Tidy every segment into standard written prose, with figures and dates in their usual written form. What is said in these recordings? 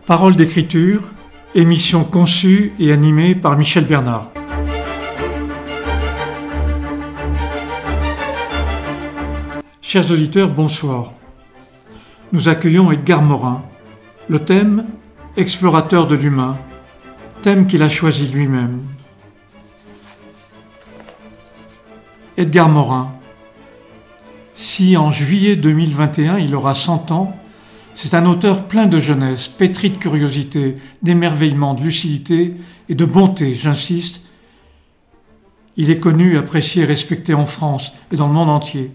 Paroles d'écriture, émission conçue et animée par Michel Bernard. Chers auditeurs, bonsoir. Nous accueillons Edgar Morin. Le thème, explorateur de l'humain, thème qu'il a choisi lui-même. Edgar Morin. Si en juillet 2021 il aura 100 ans, c'est un auteur plein de jeunesse, pétri de curiosité, d'émerveillement, de lucidité et de bonté, j'insiste. Il est connu, apprécié et respecté en France et dans le monde entier.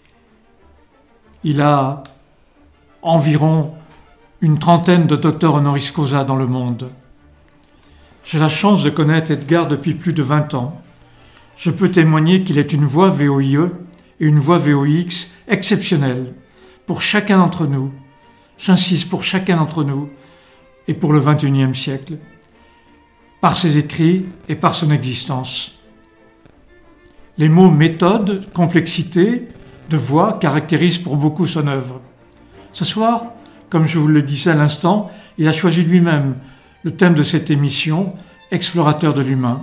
Il a environ une trentaine de docteurs honoris causa dans le monde. J'ai la chance de connaître Edgar depuis plus de 20 ans. Je peux témoigner qu'il est une voix VOIE et une voix VOX exceptionnelle pour chacun d'entre nous. J'insiste, pour chacun d'entre nous et pour le XXIe siècle, par ses écrits et par son existence. Les mots méthode, complexité, de voix caractérisent pour beaucoup son œuvre. Ce soir, comme je vous le disais à l'instant, il a choisi lui-même le thème de cette émission, explorateur de l'humain.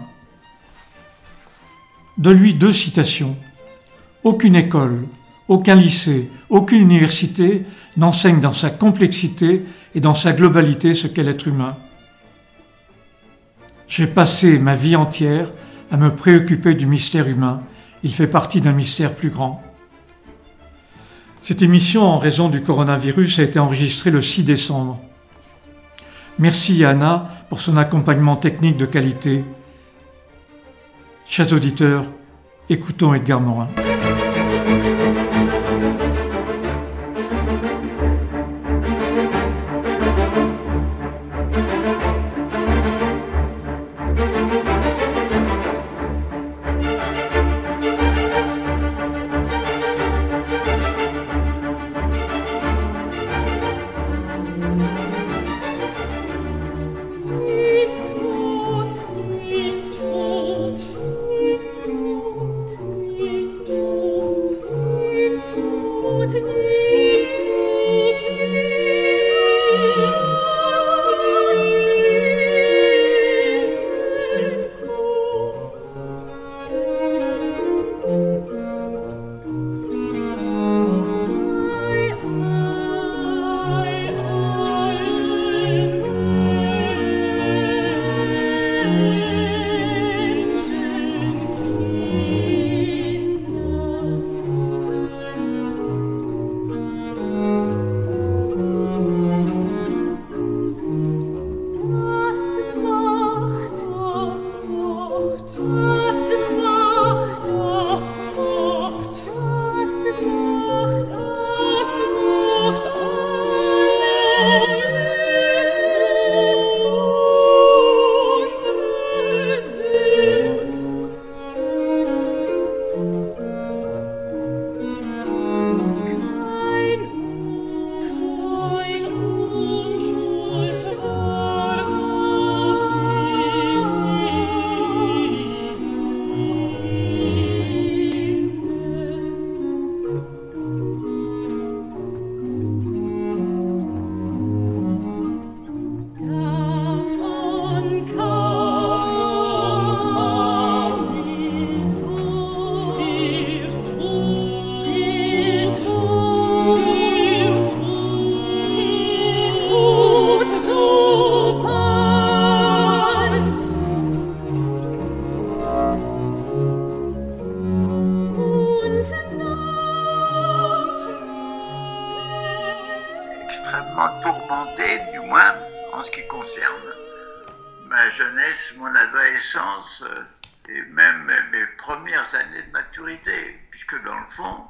De lui 2 citations. Aucune école, aucun lycée, aucune université n'enseigne dans sa complexité et dans sa globalité ce qu'est l'être humain. J'ai passé ma vie entière à me préoccuper du mystère humain. Il fait partie d'un mystère plus grand. Cette émission, en raison du coronavirus, a été enregistrée le 6 décembre. Merci à Anna pour son accompagnement technique de qualité. Chers auditeurs, écoutons Edgar Morin. Tourmenté, du moins en ce qui concerne ma jeunesse, mon adolescence et même mes premières années de maturité, puisque dans le fond,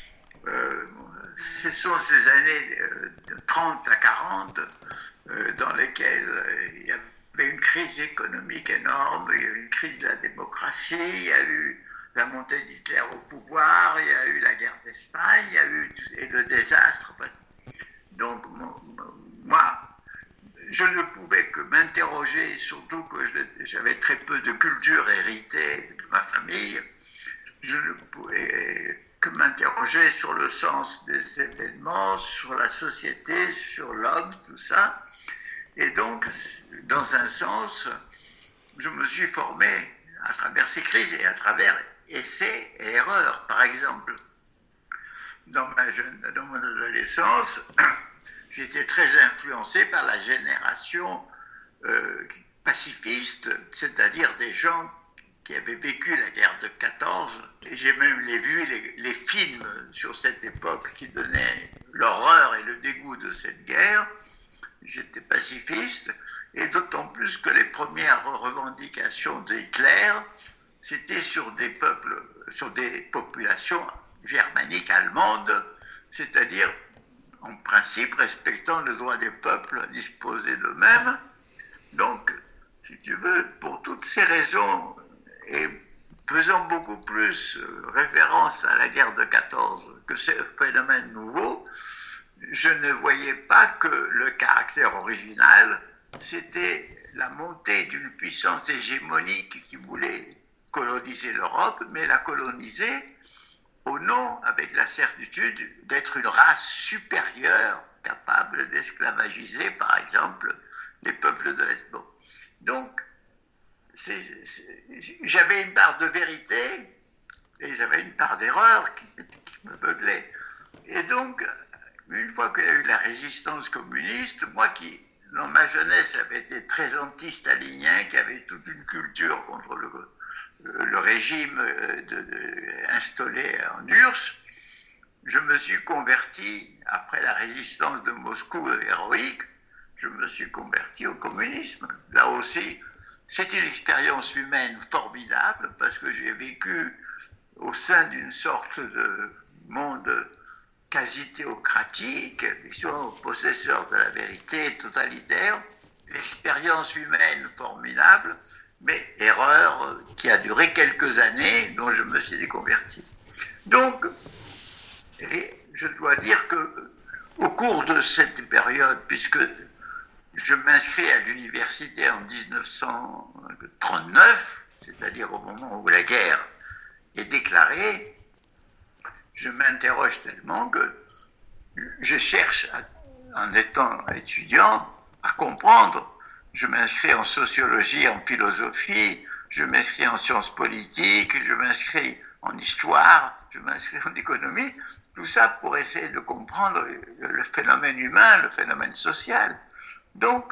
ce sont ces années de 30 à 40 dans lesquelles il y avait une crise économique énorme, il y a eu une crise de la démocratie, il y a eu la montée d'Hitler au pouvoir, il y a eu la guerre d'Espagne, il y a eu le désastre. Donc, moi, je ne pouvais que m'interroger, surtout que j'avais très peu de culture héritée de ma famille, je ne pouvais que m'interroger sur le sens des événements, sur la société, sur l'homme, tout ça. Et donc, dans un sens, je me suis formé à travers ces crises et à travers essais et erreurs. Par exemple, dans mon adolescence, j'étais très influencé par la génération pacifiste, c'est-à-dire des gens qui avaient vécu la guerre de 14. Et j'ai même vu les films sur cette époque qui donnaient l'horreur et le dégoût de cette guerre. J'étais pacifiste, et d'autant plus que les premières revendications d'Hitler, c'était sur des peuples, sur des populations germaniques allemandes, c'est-à-dire en principe respectant le droit des peuples à disposer d'eux-mêmes. Donc, si tu veux, pour toutes ces raisons, et faisant beaucoup plus référence à la guerre de 14 que ce phénomène nouveau, je ne voyais pas que le caractère original, c'était la montée d'une puissance hégémonique qui voulait coloniser l'Europe, mais la coloniser au nom, avec la certitude, d'être une race supérieure, capable d'esclavagiser, par exemple, les peuples de l'Est. Bon. Donc, j'avais une part de vérité et j'avais une part d'erreur qui me beuglait. Et donc, une fois qu'il y a eu la résistance communiste, moi qui, dans ma jeunesse, avais été très anti-stalinien, qui avait toute une culture contre le régime installé en URSS, je me suis converti, après la résistance de Moscou héroïque, je me suis converti au communisme. Là aussi, c'est une expérience humaine formidable, parce que j'ai vécu au sein d'une sorte de monde quasi théocratique, disons, possesseur de la vérité totalitaire, l'expérience humaine formidable, mais erreur qui a duré quelques années, dont je me suis déconverti. Donc, je dois dire que au cours de cette période, puisque je m'inscris à l'université en 1939, c'est-à-dire au moment où la guerre est déclarée, je m'interroge tellement que je cherche, en étant étudiant, à comprendre. Je m'inscris en sociologie, en philosophie, je m'inscris en sciences politiques, je m'inscris en histoire, je m'inscris en économie, tout ça pour essayer de comprendre le phénomène humain, le phénomène social. Donc,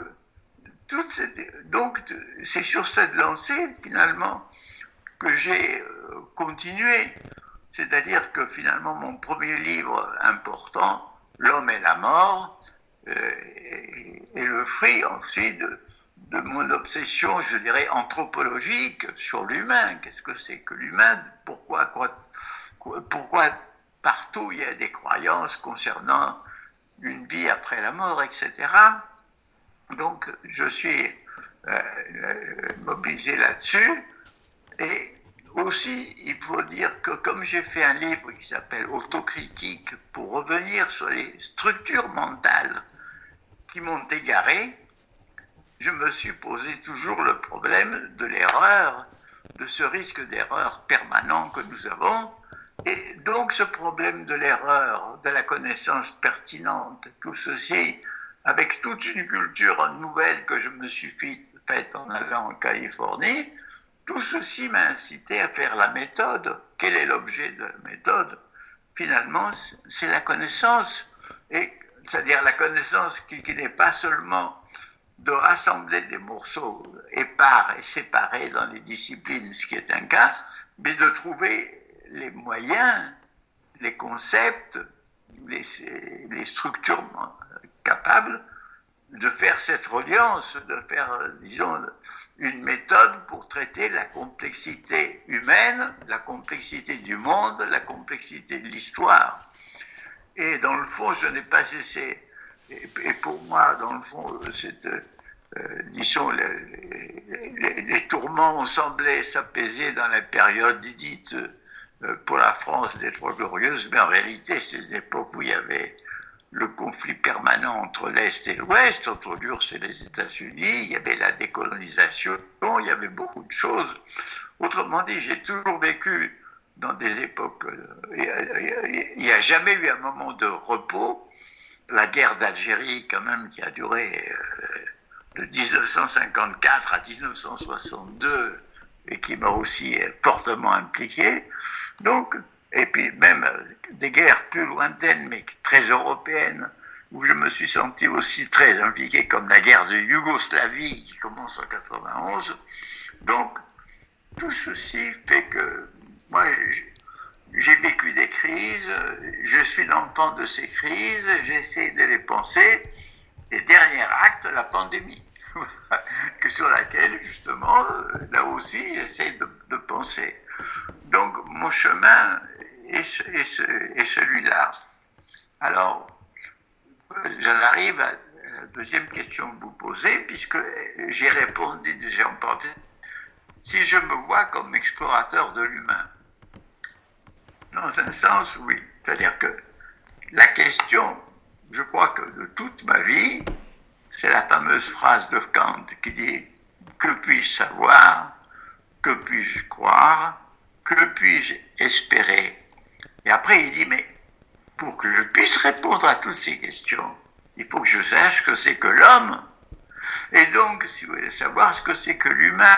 c'est sur cette lancée, finalement, que j'ai continué. C'est-à-dire que finalement, mon premier livre important, L'homme et la mort, est le fruit ensuite de mon obsession, je dirais, anthropologique sur l'humain. Qu'est-ce que c'est que l'humain ? Pourquoi partout il y a des croyances concernant une vie après la mort, etc. Donc, je suis mobilisé là-dessus. Et aussi, il faut dire que comme j'ai fait un livre qui s'appelle Autocritique pour revenir sur les structures mentales qui m'ont égaré, je me suis posé toujours le problème de l'erreur, de ce risque d'erreur permanent que nous avons. Et donc ce problème de l'erreur, de la connaissance pertinente, tout ceci, avec toute une culture nouvelle que je me suis faite en allant en Californie, tout ceci m'a incité à faire la méthode. Quel est l'objet de la méthode ? Finalement, c'est la connaissance. Et c'est-à-dire la connaissance qui n'est pas seulement de rassembler des morceaux épars et séparés dans les disciplines, ce qui est un cas, mais de trouver les moyens, les concepts, les structures capables de faire cette reliance, de faire, disons, une méthode pour traiter la complexité humaine, la complexité du monde, la complexité de l'histoire. Et dans le fond, je n'ai pas cessé. Et pour moi, dans le fond, disons, les tourments ont semblé s'apaiser dans la période dite pour la France des Trois Glorieuses, mais en réalité, c'est une époque où il y avait le conflit permanent entre l'Est et l'Ouest, entre l'URSS et les États-Unis, il y avait la décolonisation, il y avait beaucoup de choses. Autrement dit, j'ai toujours vécu dans des époques, il n'y a jamais eu un moment de repos. La guerre d'Algérie, quand même, qui a duré de 1954 à 1962 et qui m'a aussi fortement impliqué. Donc, et puis même des guerres plus lointaines mais très européennes où je me suis senti aussi très impliqué, comme la guerre de Yougoslavie qui commence en 91. Donc, tout ceci fait que moi, j'ai vécu des crises, je suis l'enfant de ces crises, j'essaie de les penser. Et dernier acte, la pandémie, que sur laquelle, justement, là aussi, j'essaie de penser. Donc, mon chemin est celui-là. Alors, j'en arrive à la deuxième question que vous posez, puisque j'ai répondu déjà en partie. Si je me vois comme explorateur de l'humain, dans un sens, oui. C'est-à-dire que la question, je crois que de toute ma vie, c'est la fameuse phrase de Kant qui dit « Que puis-je savoir? Que puis-je croire? Que puis-je espérer ?» Et après, il dit « Mais pour que je puisse répondre à toutes ces questions, il faut que je sache ce que c'est que l'homme. Et donc, si vous voulez savoir ce que c'est que l'humain,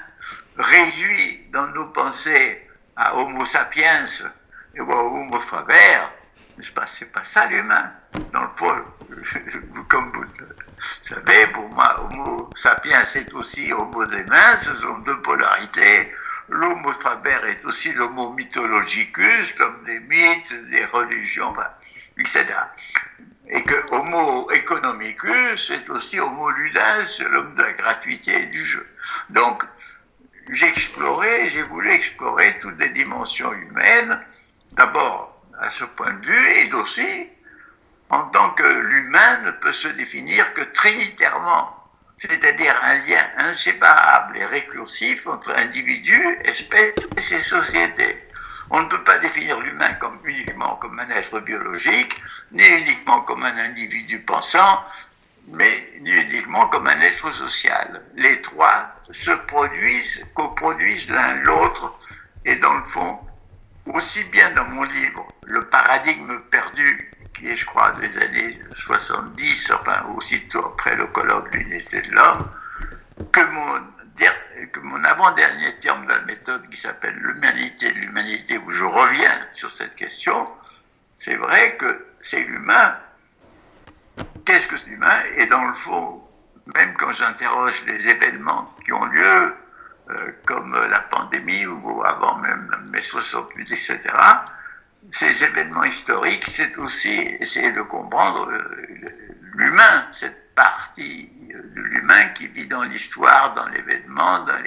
réduit dans nos pensées à Homo sapiens et à Homo faber, n'est-ce pas, c'est pas ça l'humain. Dans le fond, comme vous le savez, pour moi, Homo sapiens c'est aussi Homo des mains, ce sont deux polarités. L'Homo faber est aussi l'Homo mythologicus, l'homme des mythes, des religions, etc. Et que Homo economicus est aussi Homo ludens, l'homme de la gratuité et du jeu. Donc, j'ai voulu explorer toutes les dimensions humaines, d'abord à ce point de vue, et aussi en tant que l'humain ne peut se définir que trinitairement, c'est-à-dire un lien inséparable et récursif entre individus, espèces et sociétés. On ne peut pas définir l'humain uniquement comme un être biologique, ni uniquement comme un individu pensant, mais ni uniquement comme un être social. Les trois se produisent, coproduisent l'un l'autre, et dans le fond, aussi bien dans mon livre, Le paradigme perdu, qui est, je crois, des années 70, enfin, aussitôt après le colloque de l'unité de l'homme, que mon avant-dernier terme de la méthode qui s'appelle l'humanité de l'humanité, où je reviens sur cette question, c'est vrai que c'est l'humain. Qu'est-ce que c'est l'humain? Et dans le fond, même quand j'interroge les événements qui ont lieu, comme la pandémie, ou avant même mai 68, etc., ces événements historiques, c'est aussi essayer de comprendre l'humain, cette partie de l'humain qui vit dans l'histoire, dans l'événement, dans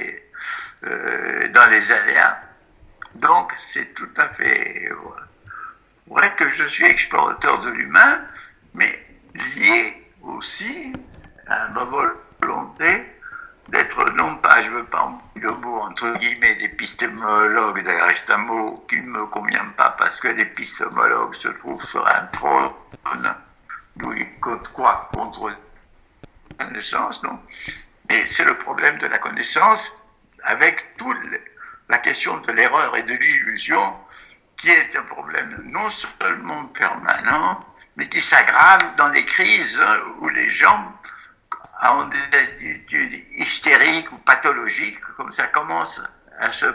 les aléas. Donc, c'est tout à fait vrai que je suis explorateur de l'humain, mais lié aussi à ma volonté d'être non pas, je ne veux pas employer le mot entre guillemets d'épistémologue, d'ailleurs c'est un mot qui ne me convient pas parce que l'épistémologue se trouve sur un trône d'où il compte quoi contre la connaissance, non? Mais c'est le problème de la connaissance avec toute la question de l'erreur et de l'illusion qui est un problème non seulement permanent, mais qui s'aggrave dans les crises où les gens ont des attitudes hystériques ou pathologiques, comme ça commence à se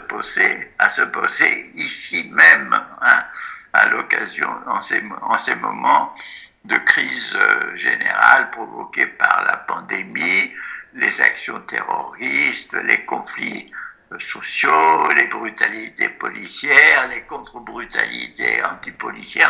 poser ici même, hein, à l'occasion, en ces moments de crise générale provoquée par la pandémie, les actions terroristes, les conflits sociaux, les brutalités policières, les contre-brutalités antipolicières,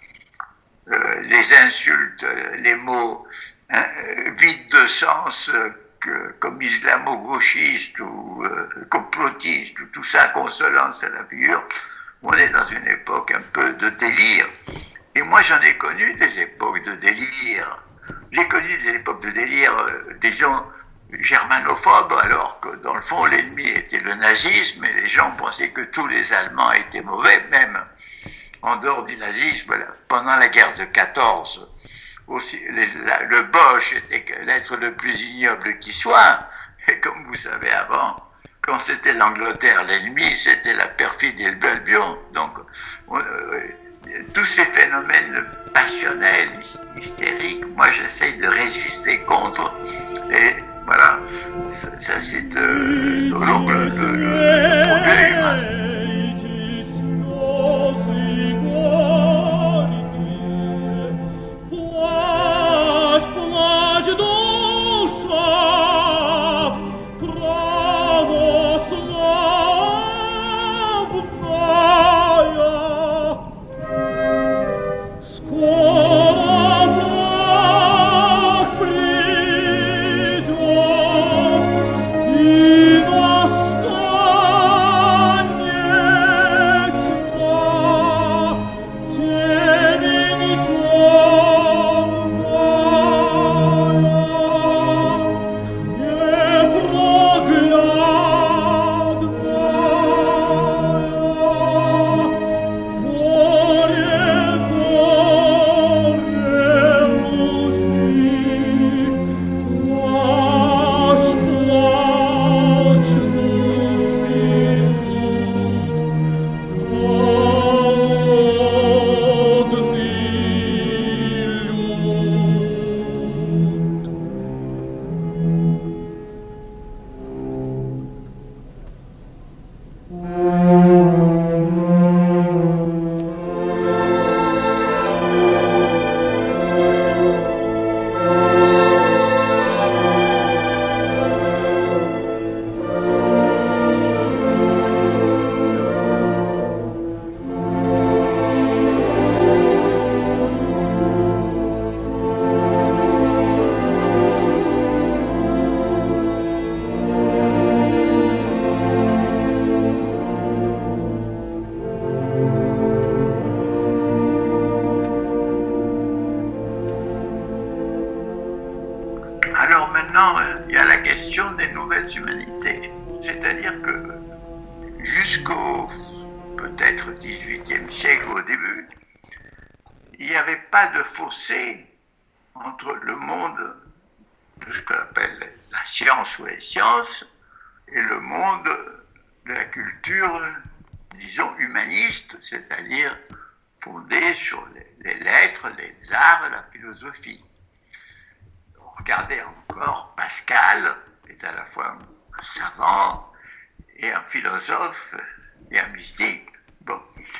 les insultes, les mots vides de sens comme islamo-gauchiste ou complotiste, tout ça qu'on se lance à la figure. On est dans une époque un peu de délire. Et moi, j'en ai connu des époques de délire. J'ai connu des époques de délire des gens germanophobes, alors que dans le fond, l'ennemi était le nazisme et les gens pensaient que tous les Allemands étaient mauvais, même en dehors du nazisme. Pendant la guerre de 14, aussi, le Boche était l'être le plus ignoble qui soit. Et comme vous savez avant, quand c'était l'Angleterre l'ennemi, c'était la perfide et le Albion. Donc, tous ces phénomènes passionnels, hystériques, moi j'essaye de résister contre. Et voilà, ça c'est donc le progrès humain. Il y a la question des nouvelles humanités. C'est-à-dire que jusqu'au peut-être XVIIIe siècle au début, il n'y avait pas de fossé entre le monde de ce qu'on appelle la science ou les sciences et le monde de la culture, disons, humaniste, c'est-à-dire fondée sur les lettres, les arts, la philosophie. Regardez encore, Pascal est à la fois un savant et un philosophe et un mystique. Bon.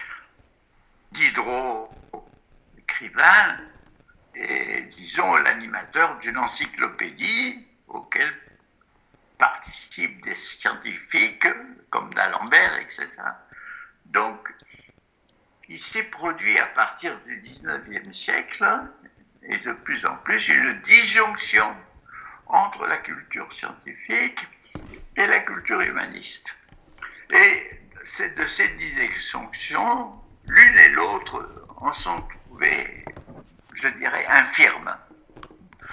Diderot, écrivain, est, disons, l'animateur d'une encyclopédie auquel participent des scientifiques comme d'Alembert, etc. Donc, il s'est produit à partir du XIXe siècle et de plus en plus une disjonction entre la culture scientifique et la culture humaniste. Et c'est de ces disjonctions, l'une et l'autre en sont trouvées, je dirais, infirmes. Pourquoi ?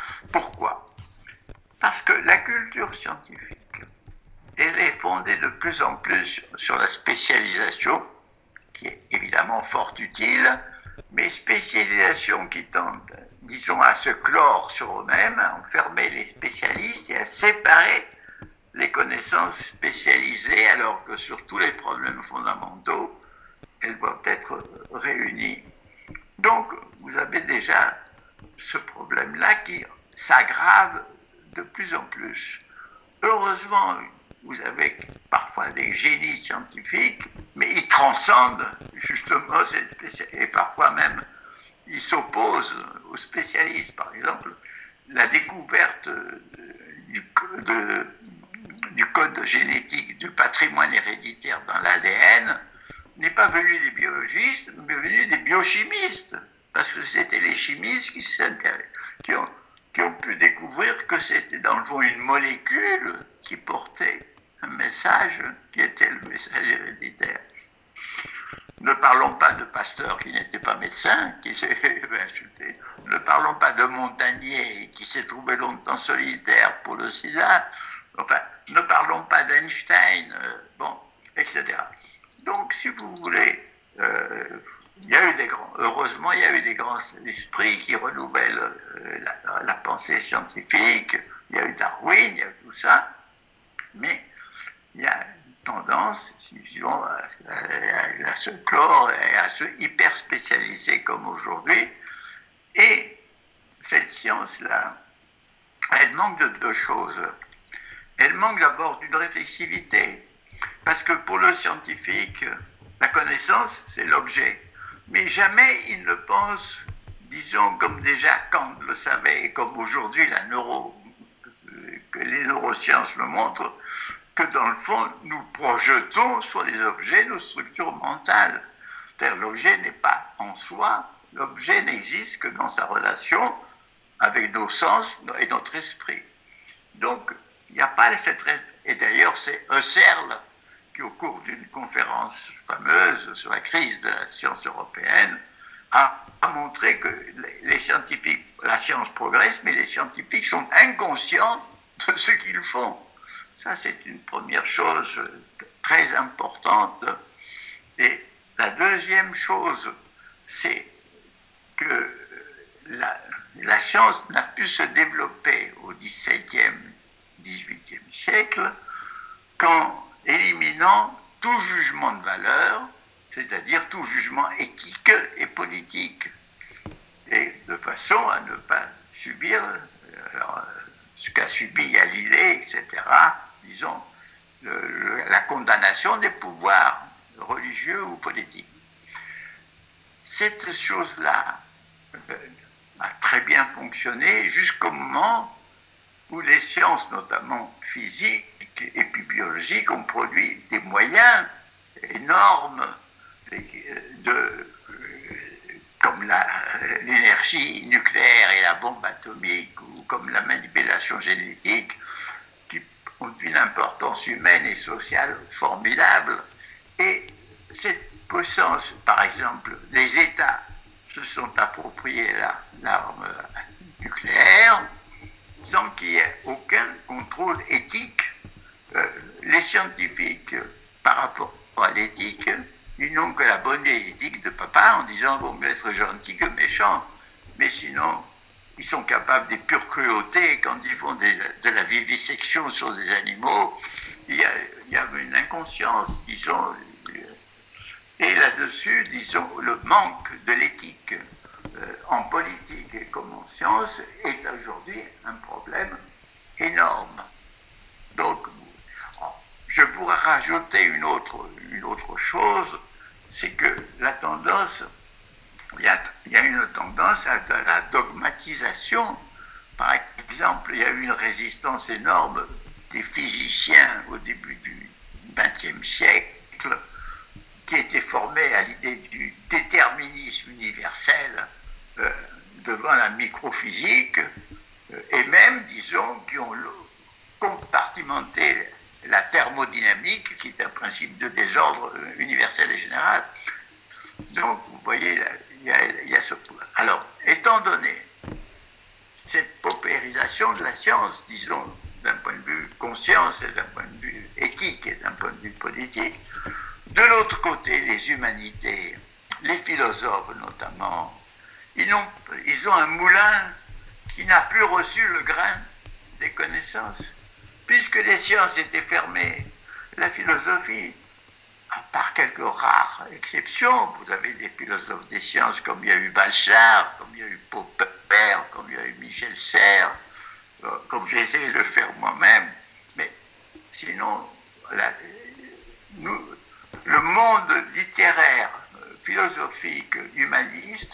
Parce que la culture scientifique, elle est fondée de plus en plus sur la spécialisation, qui est évidemment fort utile, mais spécialisation qui tente, disons, à se clore sur eux-mêmes, à enfermer les spécialistes et à séparer les connaissances spécialisées, alors que sur tous les problèmes fondamentaux, elles doivent être réunies. Donc, vous avez déjà ce problème-là qui s'aggrave de plus en plus. Heureusement, vous avez parfois des génies scientifiques, mais ils transcendent justement cette spécialité. Et parfois même, ils s'opposent aux spécialistes. Par exemple, la découverte du code génétique du patrimoine héréditaire dans l'ADN n'est pas venue des biologistes, mais venue des biochimistes. Parce que c'était les chimistes qui ont pu découvrir que c'était dans le fond une molécule qui portait un message qui était le message héréditaire. Ne parlons pas de Pasteur qui n'était pas médecin, qui s'est insulté. Ne parlons pas de Montagnier qui s'est trouvé longtemps solitaire pour le sida. Enfin, ne parlons pas d'Einstein, etc. Donc, si vous voulez, heureusement, il y a eu des grands esprits qui renouvellent la pensée scientifique. Il y a eu Darwin, il y a eu tout ça. Mais il y a tendance, disons, à se clore et à se hyper spécialiser comme aujourd'hui. Et cette science-là, elle manque de deux choses. Elle manque d'abord d'une réflexivité, parce que pour le scientifique, la connaissance, c'est l'objet. Mais jamais il ne pense, disons, comme déjà Kant le savait, et comme aujourd'hui que les neurosciences le montrent, que dans le fond, nous projetons sur les objets nos structures mentales. C'est-à-dire l'objet n'est pas en soi, l'objet n'existe que dans sa relation avec nos sens et notre esprit. Donc, il n'y a pas cette... Et d'ailleurs, c'est Husserl qui, au cours d'une conférence fameuse sur la crise de la science européenne, a montré que les scientifiques, la science progresse, mais les scientifiques sont inconscients de ce qu'ils font. Ça, c'est une première chose très importante. Et la deuxième chose, c'est que la science n'a pu se développer au XVIIe, XVIIIe siècle qu'en éliminant tout jugement de valeur, c'est-à-dire tout jugement éthique et politique, et de façon à ne pas subir ce qu'a subi Galilée, etc., disons, la condamnation des pouvoirs religieux ou politiques. Cette chose-là a très bien fonctionné jusqu'au moment où les sciences, notamment physiques et puis biologiques, ont produit des moyens énormes comme l'énergie nucléaire et la bombe atomique, ou comme la manipulation génétique, qui ont une importance humaine et sociale formidable. Et cette puissance, par exemple, les États se sont appropriés l'arme nucléaire sans qu'il y ait aucun contrôle éthique. Les scientifiques, par rapport à l'éthique, ils n'ont que la bonne vieille éthique de papa en disant « vaut mieux être gentil que méchant ». Mais sinon, ils sont capables des pures cruautés quand ils font de la vivisection sur des animaux. Il y a une inconscience, disons. Et là-dessus, disons, le manque de l'éthique en politique et comme en science est aujourd'hui un problème énorme. Donc, je pourrais rajouter une autre chose, c'est que la tendance, il y a une tendance à de la dogmatisation. Par exemple, il y a eu une résistance énorme des physiciens au début du XXe siècle, qui étaient formés à l'idée du déterminisme universel devant la microphysique, et même, disons, qui ont compartimenté la thermodynamique, qui est un principe de désordre universel et général. Donc, vous voyez, il y a ce... Alors, étant donné cette paupérisation de la science, disons, d'un point de vue conscience et d'un point de vue éthique et d'un point de vue politique, de l'autre côté, les humanités, les philosophes notamment, ils ont un moulin qui n'a plus reçu le grain des connaissances. Puisque les sciences étaient fermées, la philosophie, à part quelques rares exceptions, vous avez des philosophes des sciences comme il y a eu Balchar, comme il y a eu Popper, comme il y a eu Michel Serres, comme j'essaie de le faire moi-même, mais sinon, le monde littéraire, philosophique, humaniste,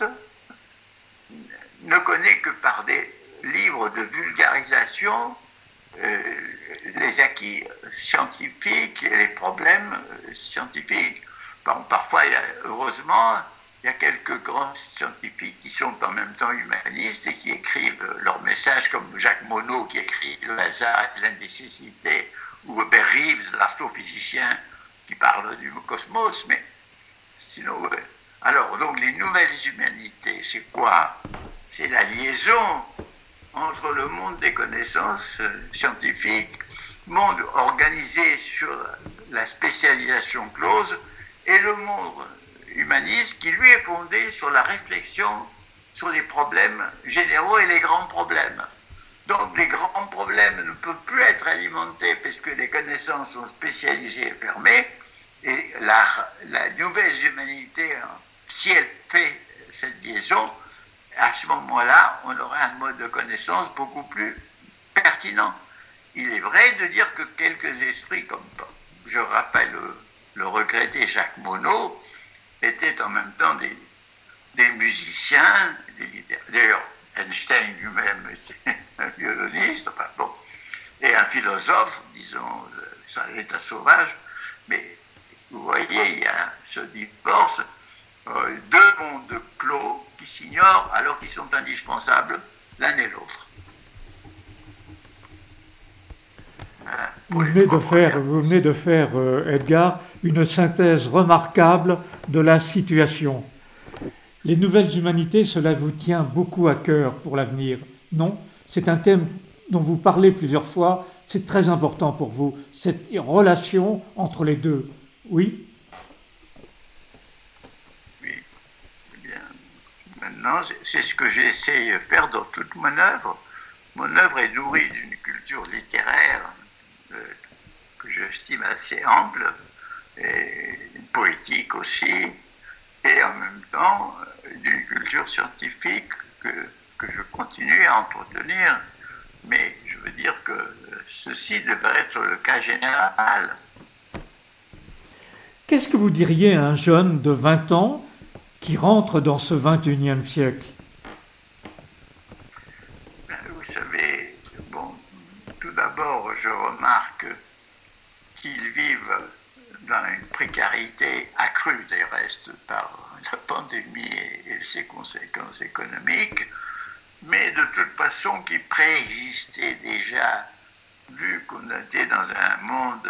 ne connaît que par des livres de vulgarisation les acquis scientifiques et les problèmes scientifiques. Bon, parfois, heureusement, il y a quelques grands scientifiques qui sont en même temps humanistes et qui écrivent leurs messages, comme Jacques Monod qui écrit Le hasard et l'indécessité, ou Hubert Reeves, l'astrophysicien, qui parle du cosmos, mais sinon... Ouais. Alors, donc, les nouvelles humanités, c'est quoi? C'est la liaison entre le monde des connaissances scientifiques, monde organisé sur la spécialisation close, et le monde humaniste qui, lui, est fondé sur la réflexion sur les problèmes généraux et les grands problèmes. Donc, les grands problèmes ne peuvent plus être être alimentée parce que les connaissances sont spécialisées et fermées. Et la nouvelle humanité, si elle fait cette liaison, à ce moment-là, on aura un mode de connaissance beaucoup plus pertinent. Il est vrai de dire que quelques esprits, comme je rappelle le regretté Jacques Monod, étaient en même temps des musiciens, des littérateurs. D'ailleurs, Einstein lui-même était un violoniste, enfin bon, et un philosophe, disons, à l'état sauvage. Mais vous voyez, il y a ce divorce, deux mondes clos qui s'ignorent alors qu'ils sont indispensables l'un et l'autre. Vous venez de faire, Edgar, une synthèse remarquable de la situation. Les nouvelles humanités, cela vous tient beaucoup à cœur pour l'avenir, non? C'est un thème dont vous parlez plusieurs fois, c'est très important pour vous, cette relation entre les deux, oui? Oui, eh bien, maintenant, c'est ce que j'essaie de faire dans toute mon œuvre. Mon œuvre est nourrie d'une culture littéraire que j'estime assez ample, et poétique aussi, et en même temps d'une culture scientifique que je continue à entretenir. Mais je veux dire que ceci devrait être le cas général. Qu'est-ce que vous diriez à un jeune de 20 ans qui rentre dans ce 21e siècle? Vous savez, bon, tout d'abord, je remarque qu'ils vivent dans une précarité accrue des restes par la pandémie et ses conséquences économiques, mais de toute façon qui préexistait déjà, vu qu'on était dans un monde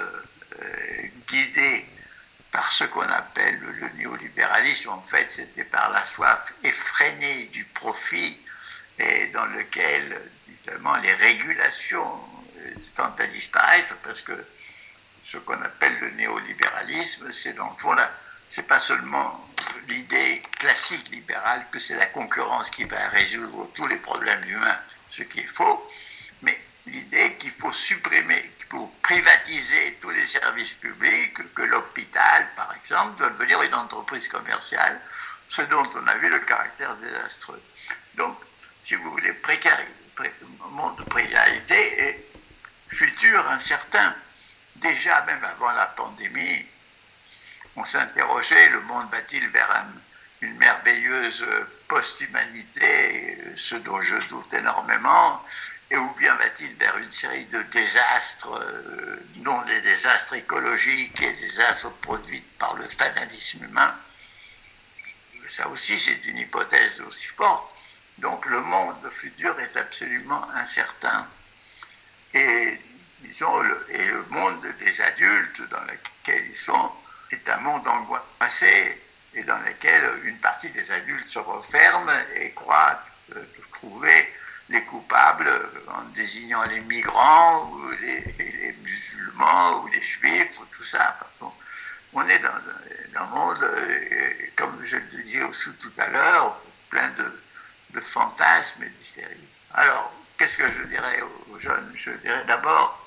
guidé par ce qu'on appelle le néolibéralisme. En fait, c'était par la soif effrénée du profit et dans lequel, justement, les régulations tendent à disparaître parce que ce qu'on appelle le néolibéralisme, c'est dans le fond, c'est pas seulement l'idée classique libérale que c'est la concurrence qui va résoudre tous les problèmes humains, ce qui est faux, mais l'idée qu'il faut supprimer, qu'il faut privatiser tous les services publics, que l'hôpital, par exemple, doit devenir une entreprise commerciale, ce dont on a vu le caractère désastreux. Donc, si vous voulez, monde de précarité et futur incertain. Déjà, même avant la pandémie, on s'interrogeait, le monde va-t-il vers une merveilleuse post-humanité, ce dont je doute énormément, et ou bien va-t-il vers une série de désastres, non des désastres écologiques et des désastres produits par le fanatisme humain. Ça aussi, c'est une hypothèse aussi forte. Donc le monde futur est absolument incertain. Et disons, le monde des adultes dans lequel ils sont est un monde angoissé et dans lequel une partie des adultes se referme et croit trouver les coupables en désignant les migrants ou les musulmans ou les juifs ou tout ça. On est dans un monde, comme je le disais aussi tout à l'heure, plein de fantasmes et d'hystérie. Alors, qu'est-ce que je dirais aux jeunes? Je dirais d'abord,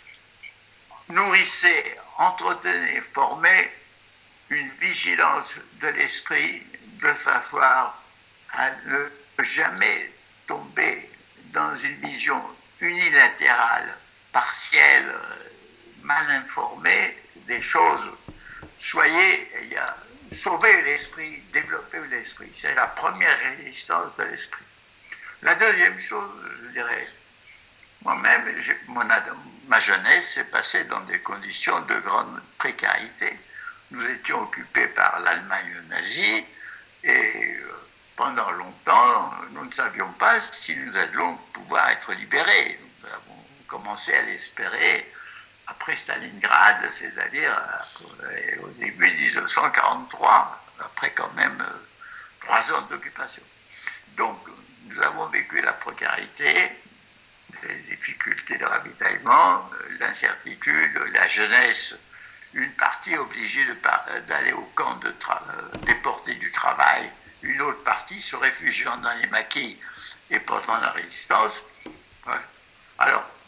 nourrissez, entretenez, formez une vigilance de l'esprit de savoir à ne jamais tomber dans une vision unilatérale, partielle, mal informée des choses. Soyez, sauvez l'esprit, développez l'esprit. C'est la première résistance de l'esprit. La deuxième chose, je dirais, moi-même, ma jeunesse s'est passée dans des conditions de grande précarité. Nous étions occupés par l'Allemagne nazie et pendant longtemps, nous ne savions pas si nous allions pouvoir être libérés. Nous avons commencé à l'espérer après Stalingrad, c'est-à-dire au début de 1943, après quand même 3 ans d'occupation. Donc, nous avons vécu la précarité, les difficultés de ravitaillement, l'incertitude, la jeunesse, une partie obligée d'aller au camp déportés du travail, une autre partie se réfugiant dans les maquis et pendant la résistance. Ouais. Alors,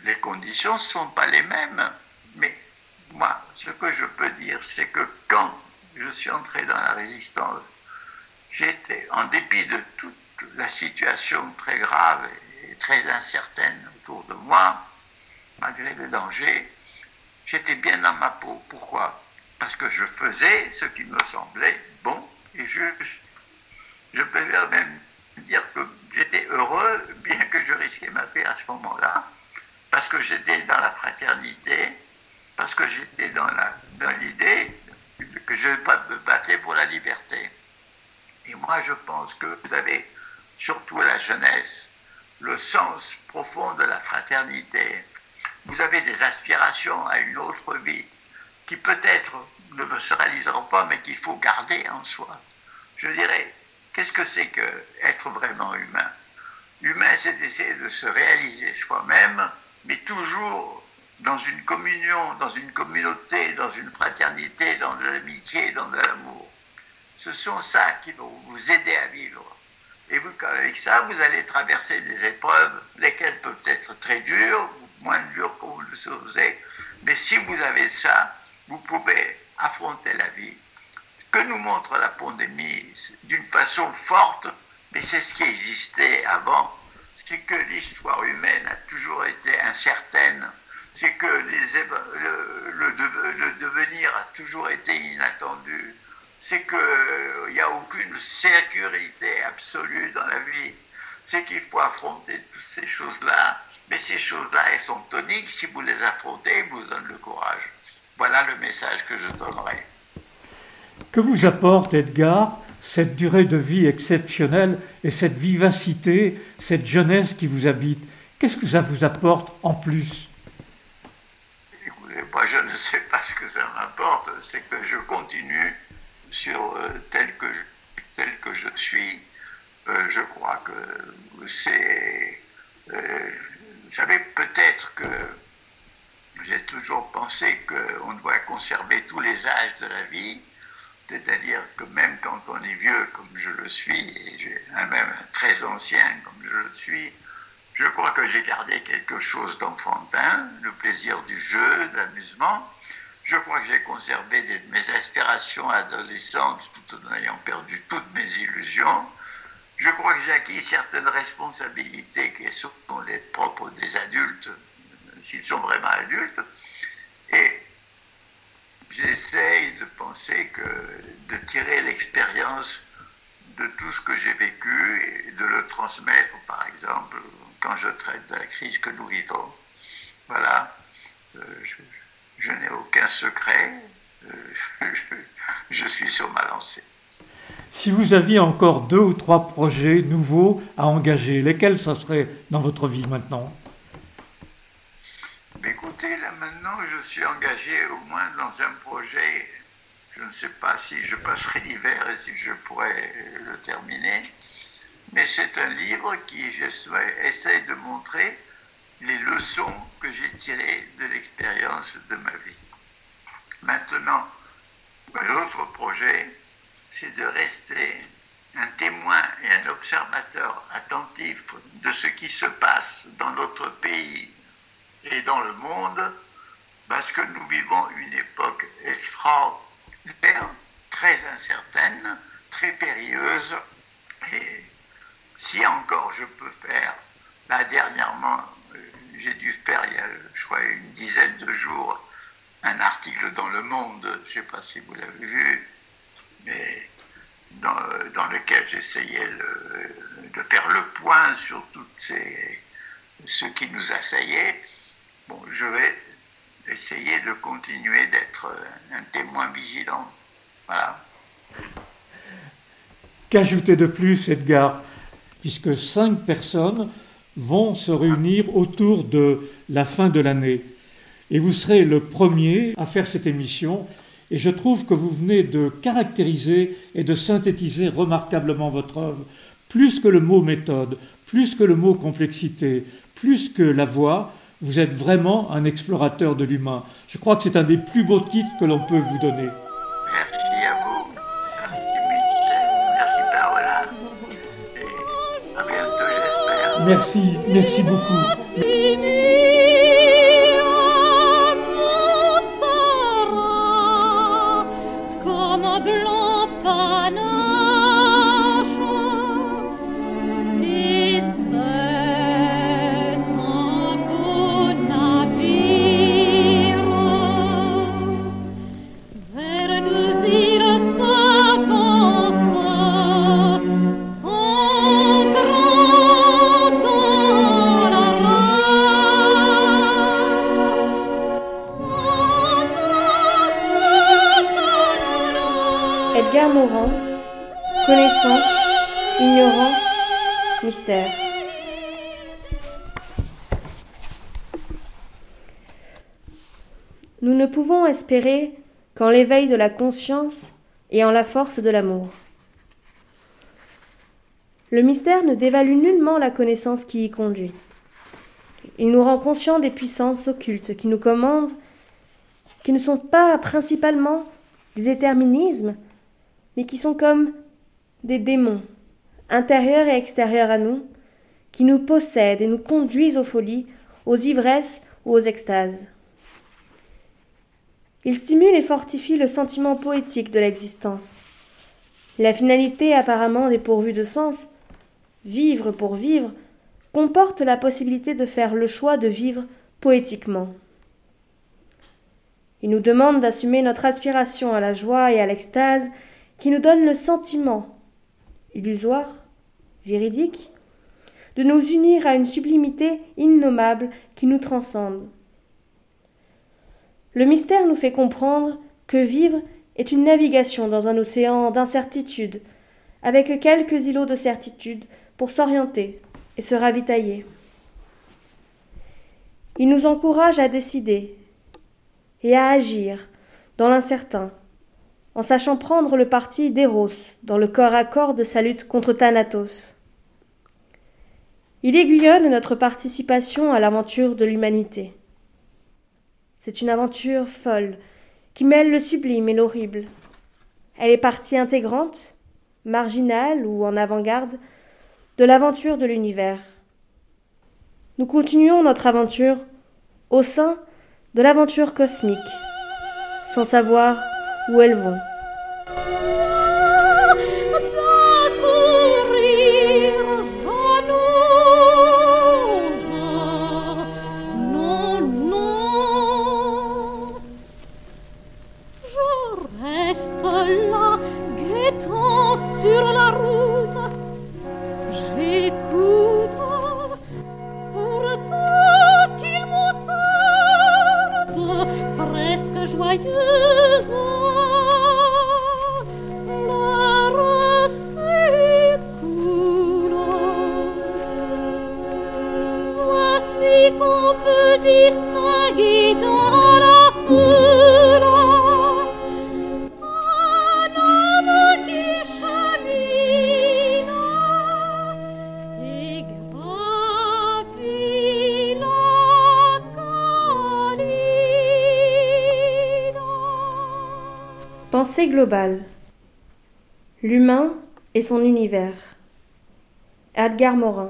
les conditions ne sont pas les mêmes. Mais moi, ce que je peux dire, c'est que quand je suis entré dans la résistance, j'étais, en dépit de toute la situation très grave et très incertaine autour de moi, malgré le danger, j'étais bien dans ma peau. Pourquoi? Parce que je faisais ce qui me semblait bon et juste. Je peux même dire que j'étais heureux, bien que je risquais ma vie à ce moment-là, parce que j'étais dans la fraternité, parce que j'étais dans l'idée que je me battais pour la liberté. Et moi, je pense que vous avez, surtout la jeunesse, le sens profond de la fraternité. Vous avez des aspirations à une autre vie qui peut-être ne se réaliseront pas, mais qu'il faut garder en soi. Je dirais, qu'est-ce que c'est qu'être vraiment humain? Humain, c'est d'essayer de se réaliser soi-même, mais toujours dans une communion, dans une communauté, dans une fraternité, dans de l'amitié, dans de l'amour. Ce sont ça qui vont vous aider à vivre. Et vous, avec ça, vous allez traverser des épreuves, lesquelles peuvent être très dures, ou moins dures que vous le savez. Mais si vous avez ça, vous pouvez affronter la vie. Que nous montre la pandémie d'une façon forte, mais c'est ce qui existait avant. C'est que l'histoire humaine a toujours été incertaine. C'est que le devenir a toujours été inattendu. C'est qu'il n'y a aucune sécurité absolue dans la vie. C'est qu'il faut affronter toutes ces choses-là. Mais ces choses-là, elles sont toniques. Si vous les affrontez, elles vous donnent le courage. Voilà le message que je donnerai. Que vous apporte, Edgar, cette durée de vie exceptionnelle et cette vivacité, cette jeunesse qui vous habite? Qu'est-ce que ça vous apporte en plus? Écoutez, moi, je ne sais pas ce que ça m'apporte. C'est que je continue sur tel que je suis. Je crois que c'est... vous savez, peut-être que j'ai toujours pensé qu'on doit conserver tous les âges de la vie, c'est-à-dire que même quand on est vieux, comme je le suis, et même très ancien, comme je le suis, je crois que j'ai gardé quelque chose d'enfantin, le plaisir du jeu, de l'amusement. Je crois que j'ai conservé mes aspirations adolescentes tout en ayant perdu toutes mes illusions. Je crois que j'ai acquis certaines responsabilités qui sont les propres des adultes, s'ils sont vraiment adultes. Et j'essaye de penser de tirer l'expérience de tout ce que j'ai vécu et de le transmettre, par exemple, quand je traite de la crise que nous vivons. Voilà. Je n'ai aucun secret. Je suis sur ma lancée. Si vous aviez encore 2 ou 3 projets nouveaux à engager, lesquels ça serait dans votre vie maintenant? Écoutez, là maintenant, je suis engagé au moins dans un projet. Je ne sais pas si je passerai l'hiver et si je pourrai le terminer. Mais c'est un livre qui essaie de montrer les leçons que j'ai tirées de l'expérience de ma vie. Maintenant, l'autre projet, c'est de rester un témoin et un observateur attentif de ce qui se passe dans notre pays et dans le monde, parce que nous vivons une époque extraordinaire, très incertaine, très périlleuse. Et si encore je peux faire, là dernièrement, j'ai dû faire il y a, je crois, une dizaine de jours, un article dans Le Monde, je ne sais pas si vous l'avez vu, mais dans lequel j'essayais de faire le point sur toutes ce qui nous assaillait. Bon, je vais essayer de continuer d'être un témoin vigilant. Voilà. Qu'ajouter de plus, Edgar, puisque 5 personnes vont se réunir autour de la fin de l'année. Et vous serez le premier à faire cette émission. Et je trouve que vous venez de caractériser et de synthétiser remarquablement votre œuvre. Plus que le mot méthode, plus que le mot complexité, plus que la voix, vous êtes vraiment un explorateur de l'humain. Je crois que c'est un des plus beaux titres que l'on peut vous donner. Merci à vous. Merci Michel. Merci Paola. Et à bientôt, j'espère. Merci beaucoup. Edgar Morin, Connaissance, ignorance, mystère. Nous ne pouvons espérer qu'en l'éveil de la conscience et en la force de l'amour. Le mystère ne dévalue nullement la connaissance qui y conduit. Il nous rend conscients des puissances occultes qui nous commandent, qui ne sont pas principalement des déterminismes, mais qui sont comme des démons, intérieurs et extérieurs à nous, qui nous possèdent et nous conduisent aux folies, aux ivresses ou aux extases. Ils stimulent et fortifient le sentiment poétique de l'existence. La finalité apparemment dépourvue de sens, vivre pour vivre, comporte la possibilité de faire le choix de vivre poétiquement. Il nous demande d'assumer notre aspiration à la joie et à l'extase qui nous donne le sentiment, illusoire, véridique, de nous unir à une sublimité innommable qui nous transcende. Le mystère nous fait comprendre que vivre est une navigation dans un océan d'incertitude, avec quelques îlots de certitude pour s'orienter et se ravitailler. Il nous encourage à décider et à agir dans l'incertain, en sachant prendre le parti d'Eros dans le corps à corps de sa lutte contre Thanatos. Il aiguillonne notre participation à l'aventure de l'humanité. C'est une aventure folle, qui mêle le sublime et l'horrible. Elle est partie intégrante, marginale ou en avant-garde, de l'aventure de l'univers. Nous continuons notre aventure au sein de l'aventure cosmique, sans savoir où elles vont. Pensée globale. L'humain et son univers. Edgar Morin.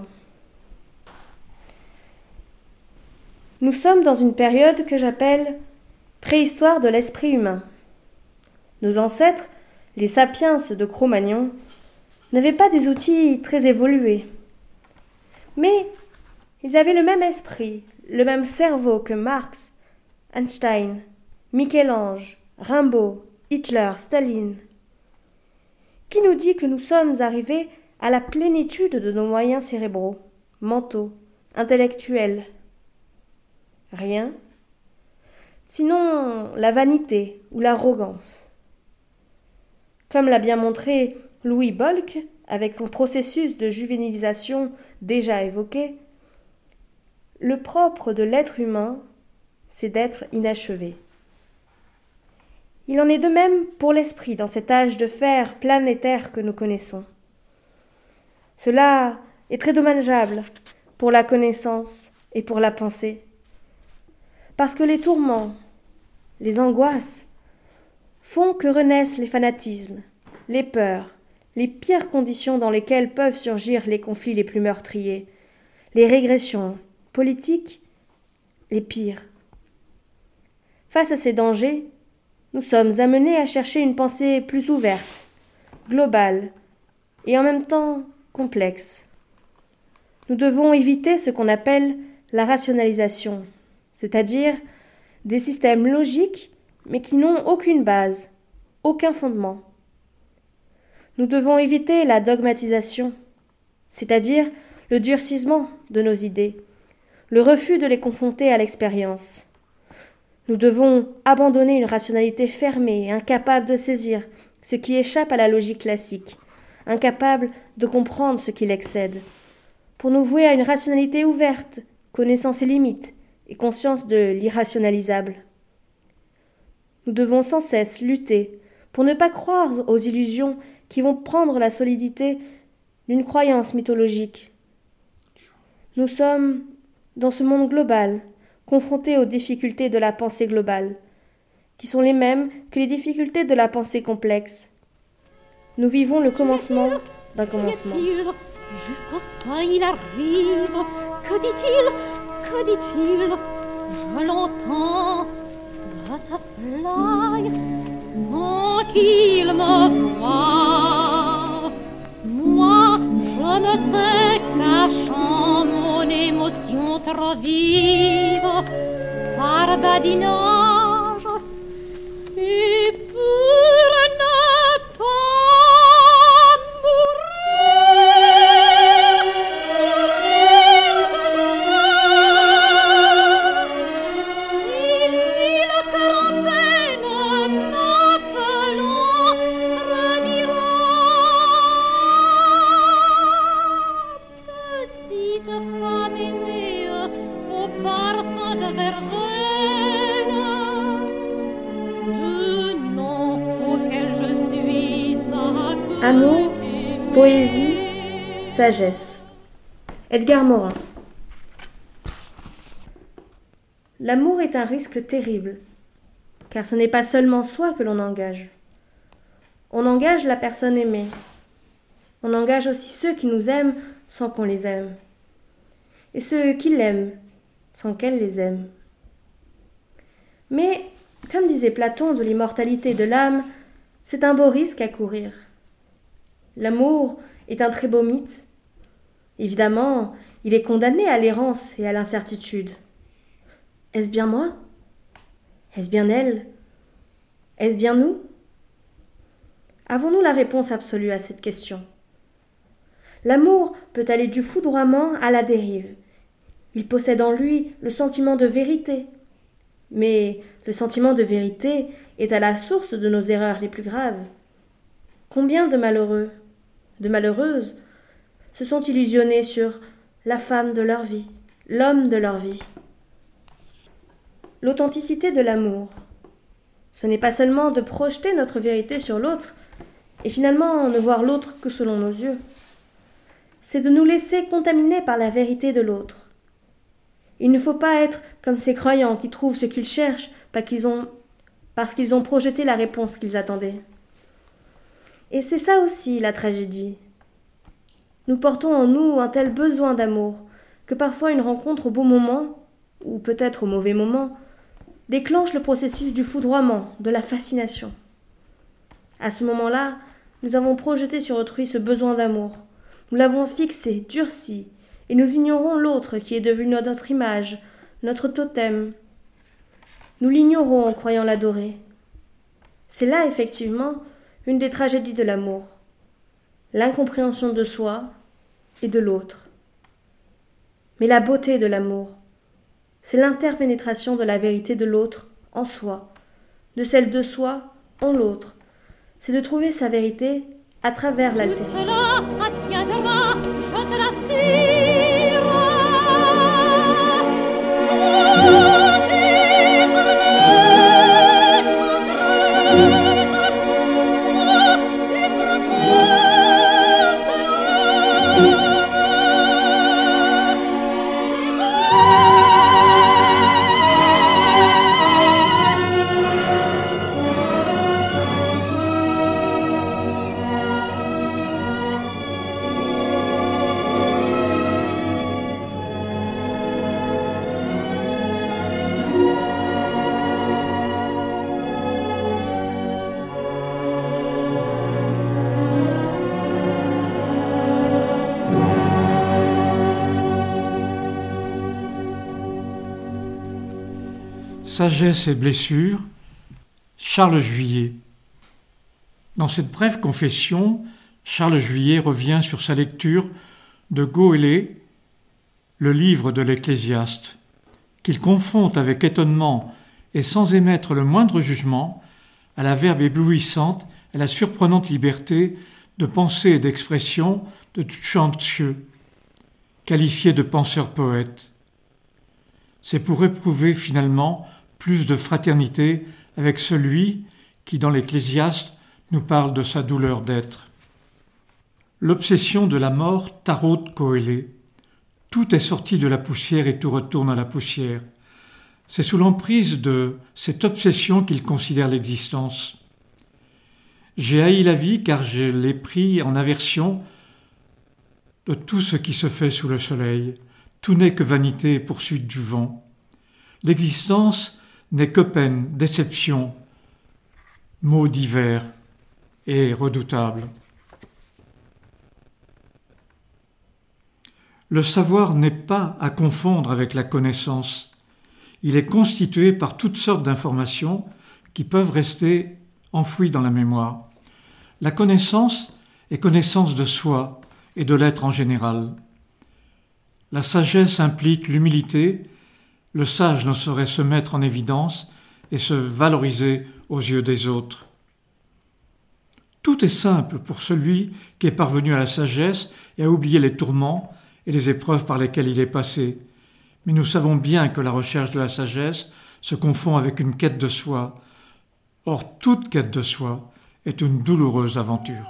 Nous sommes dans une période que j'appelle préhistoire de l'esprit humain. Nos ancêtres, les sapiens de Cro-Magnon, n'avaient pas des outils très évolués. Mais ils avaient le même esprit, le même cerveau que Marx, Einstein, Michel-Ange, Rimbaud, Hitler, Staline. Qui nous dit que nous sommes arrivés à la plénitude de nos moyens cérébraux, mentaux, intellectuels? Rien. Sinon la vanité ou l'arrogance. Comme l'a bien montré Louis Bolk avec son processus de juvénilisation déjà évoqué, le propre de l'être humain, c'est d'être inachevé. Il en est de même pour l'esprit dans cet âge de fer planétaire que nous connaissons. Cela est très dommageable pour la connaissance et pour la pensée, parce que les tourments, les angoisses, font que renaissent les fanatismes, les peurs, les pires conditions dans lesquelles peuvent surgir les conflits les plus meurtriers, les régressions politiques, les pires. Face à ces dangers, nous sommes amenés à chercher une pensée plus ouverte, globale et en même temps complexe. Nous devons éviter ce qu'on appelle la rationalisation, c'est-à-dire des systèmes logiques mais qui n'ont aucune base, aucun fondement. Nous devons éviter la dogmatisation, c'est-à-dire le durcissement de nos idées, le refus de les confronter à l'expérience. Nous devons abandonner une rationalité fermée et incapable de saisir ce qui échappe à la logique classique, incapable de comprendre ce qui l'excède, pour nous vouer à une rationalité ouverte, connaissant ses limites et conscience de l'irrationalisable. Nous devons sans cesse lutter pour ne pas croire aux illusions qui vont prendre la solidité d'une croyance mythologique. Nous sommes, dans ce monde global, confrontés aux difficultés de la pensée globale, qui sont les mêmes que les difficultés de la pensée complexe. Nous vivons le commencement d'un commencement. Jusqu'au seuil il arrive. Que dit-il? Que dit-il? Je l'entends butterfly sans qu'il me voie. Moi, je me tais cachant mon émotion trop vive par badinage et pour ne pas mourir. Il vit le cœur en peine m'appelant, redira: petite femme aimée au parfum de verveine, du nom auquel je suis accoutumée. Amour, poésie, sagesse. Edgar Morin. L'amour est un risque terrible, car ce n'est pas seulement soi que l'on engage. On engage la personne aimée. On engage aussi ceux qui nous aiment sans qu'on les aime, et ceux qui l'aiment sans qu'elle les aime. Mais, comme disait Platon de l'immortalité de l'âme, c'est un beau risque à courir. L'amour est un très beau mythe. Évidemment, il est condamné à l'errance et à l'incertitude. Est-ce bien moi? Est-ce bien elle? Est-ce bien nous? Avons-nous la réponse absolue à cette question? L'amour peut aller du foudroiement à la dérive. Il possède en lui le sentiment de vérité. Mais le sentiment de vérité est à la source de nos erreurs les plus graves. Combien de malheureux, de malheureuses, se sont illusionnés sur la femme de leur vie, l'homme de leur vie. L'authenticité de l'amour, ce n'est pas seulement de projeter notre vérité sur l'autre et finalement ne voir l'autre que selon nos yeux. C'est de nous laisser contaminer par la vérité de l'autre. Il ne faut pas être comme ces croyants qui trouvent ce qu'ils cherchent parce qu'ils ont projeté la réponse qu'ils attendaient. Et c'est ça aussi la tragédie. Nous portons en nous un tel besoin d'amour que parfois une rencontre au bon moment, ou peut-être au mauvais moment, déclenche le processus du foudroiement, de la fascination. À ce moment-là, nous avons projeté sur autrui ce besoin d'amour. Nous l'avons fixé, durci, et nous ignorons l'autre qui est devenu notre image, notre totem. Nous l'ignorons en croyant l'adorer. C'est là, effectivement, une des tragédies de l'amour. L'incompréhension de soi et de l'autre. Mais la beauté de l'amour, c'est l'interpénétration de la vérité de l'autre en soi, de celle de soi en l'autre. C'est de trouver sa vérité à travers l'altérité. Cela adviendra, je te l'assure. Sagesse et blessure, Charles Juillet. Dans cette brève confession, Charles Juillet revient sur sa lecture de Goélé, le livre de l'Ecclésiaste, qu'il confronte avec étonnement et sans émettre le moindre jugement à la verbe éblouissante et la surprenante liberté de pensée et d'expression de Chuang Tzu, qualifié de penseur-poète. C'est pour éprouver finalement plus de fraternité avec celui qui, dans l'Ecclésiaste, nous parle de sa douleur d'être. L'obsession de la mort taraude Coëlée. Tout est sorti de la poussière et tout retourne à la poussière. C'est sous l'emprise de cette obsession qu'il considère l'existence. J'ai haï la vie car je l'ai pris en aversion de tout ce qui se fait sous le soleil. Tout n'est que vanité et poursuite du vent. L'existence n'est que peine, déception, mots divers et redoutables. Le savoir n'est pas à confondre avec la connaissance. Il est constitué par toutes sortes d'informations qui peuvent rester enfouies dans la mémoire. La connaissance est connaissance de soi et de l'être en général. La sagesse implique l'humilité. Le sage ne saurait se mettre en évidence et se valoriser aux yeux des autres. Tout est simple pour celui qui est parvenu à la sagesse et a oublié les tourments et les épreuves par lesquelles il est passé. Mais nous savons bien que la recherche de la sagesse se confond avec une quête de soi. Or, toute quête de soi est une douloureuse aventure.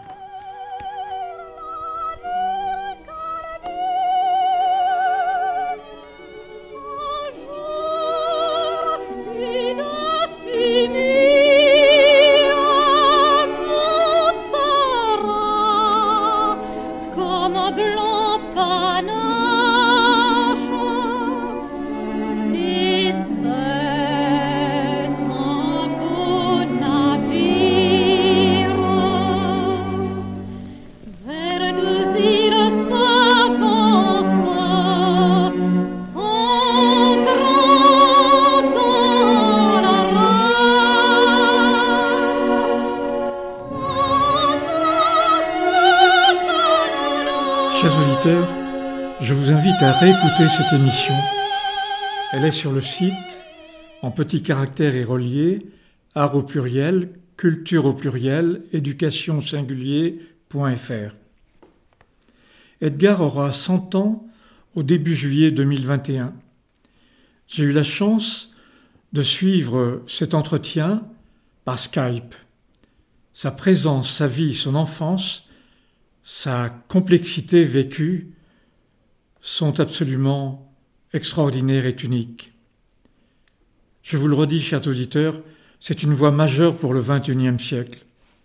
Chers auditeurs, je vous invite à réécouter cette émission. Elle est sur le site, en petits caractères et reliés, art au pluriel, culture au pluriel, éducation au singulier.fr. Edgar aura 100 ans au début juillet 2021. J'ai eu la chance de suivre cet entretien par Skype. Sa présence, sa vie, son enfance, sa complexité vécue sont absolument extraordinaires et uniques. Je vous le redis, chers auditeurs, c'est une voix majeure pour le XXIe siècle.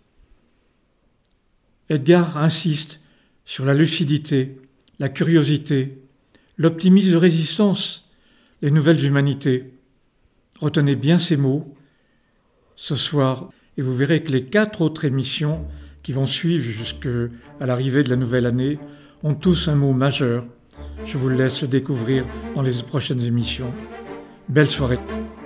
Edgar insiste sur la lucidité, la curiosité, l'optimisme de résistance, les nouvelles humanités. Retenez bien ces mots ce soir et vous verrez que les 4 autres émissions qui vont suivre jusqu'à l'arrivée de la nouvelle année ont tous un mot majeur. Je vous le laisse découvrir dans les prochaines émissions. Belle soirée.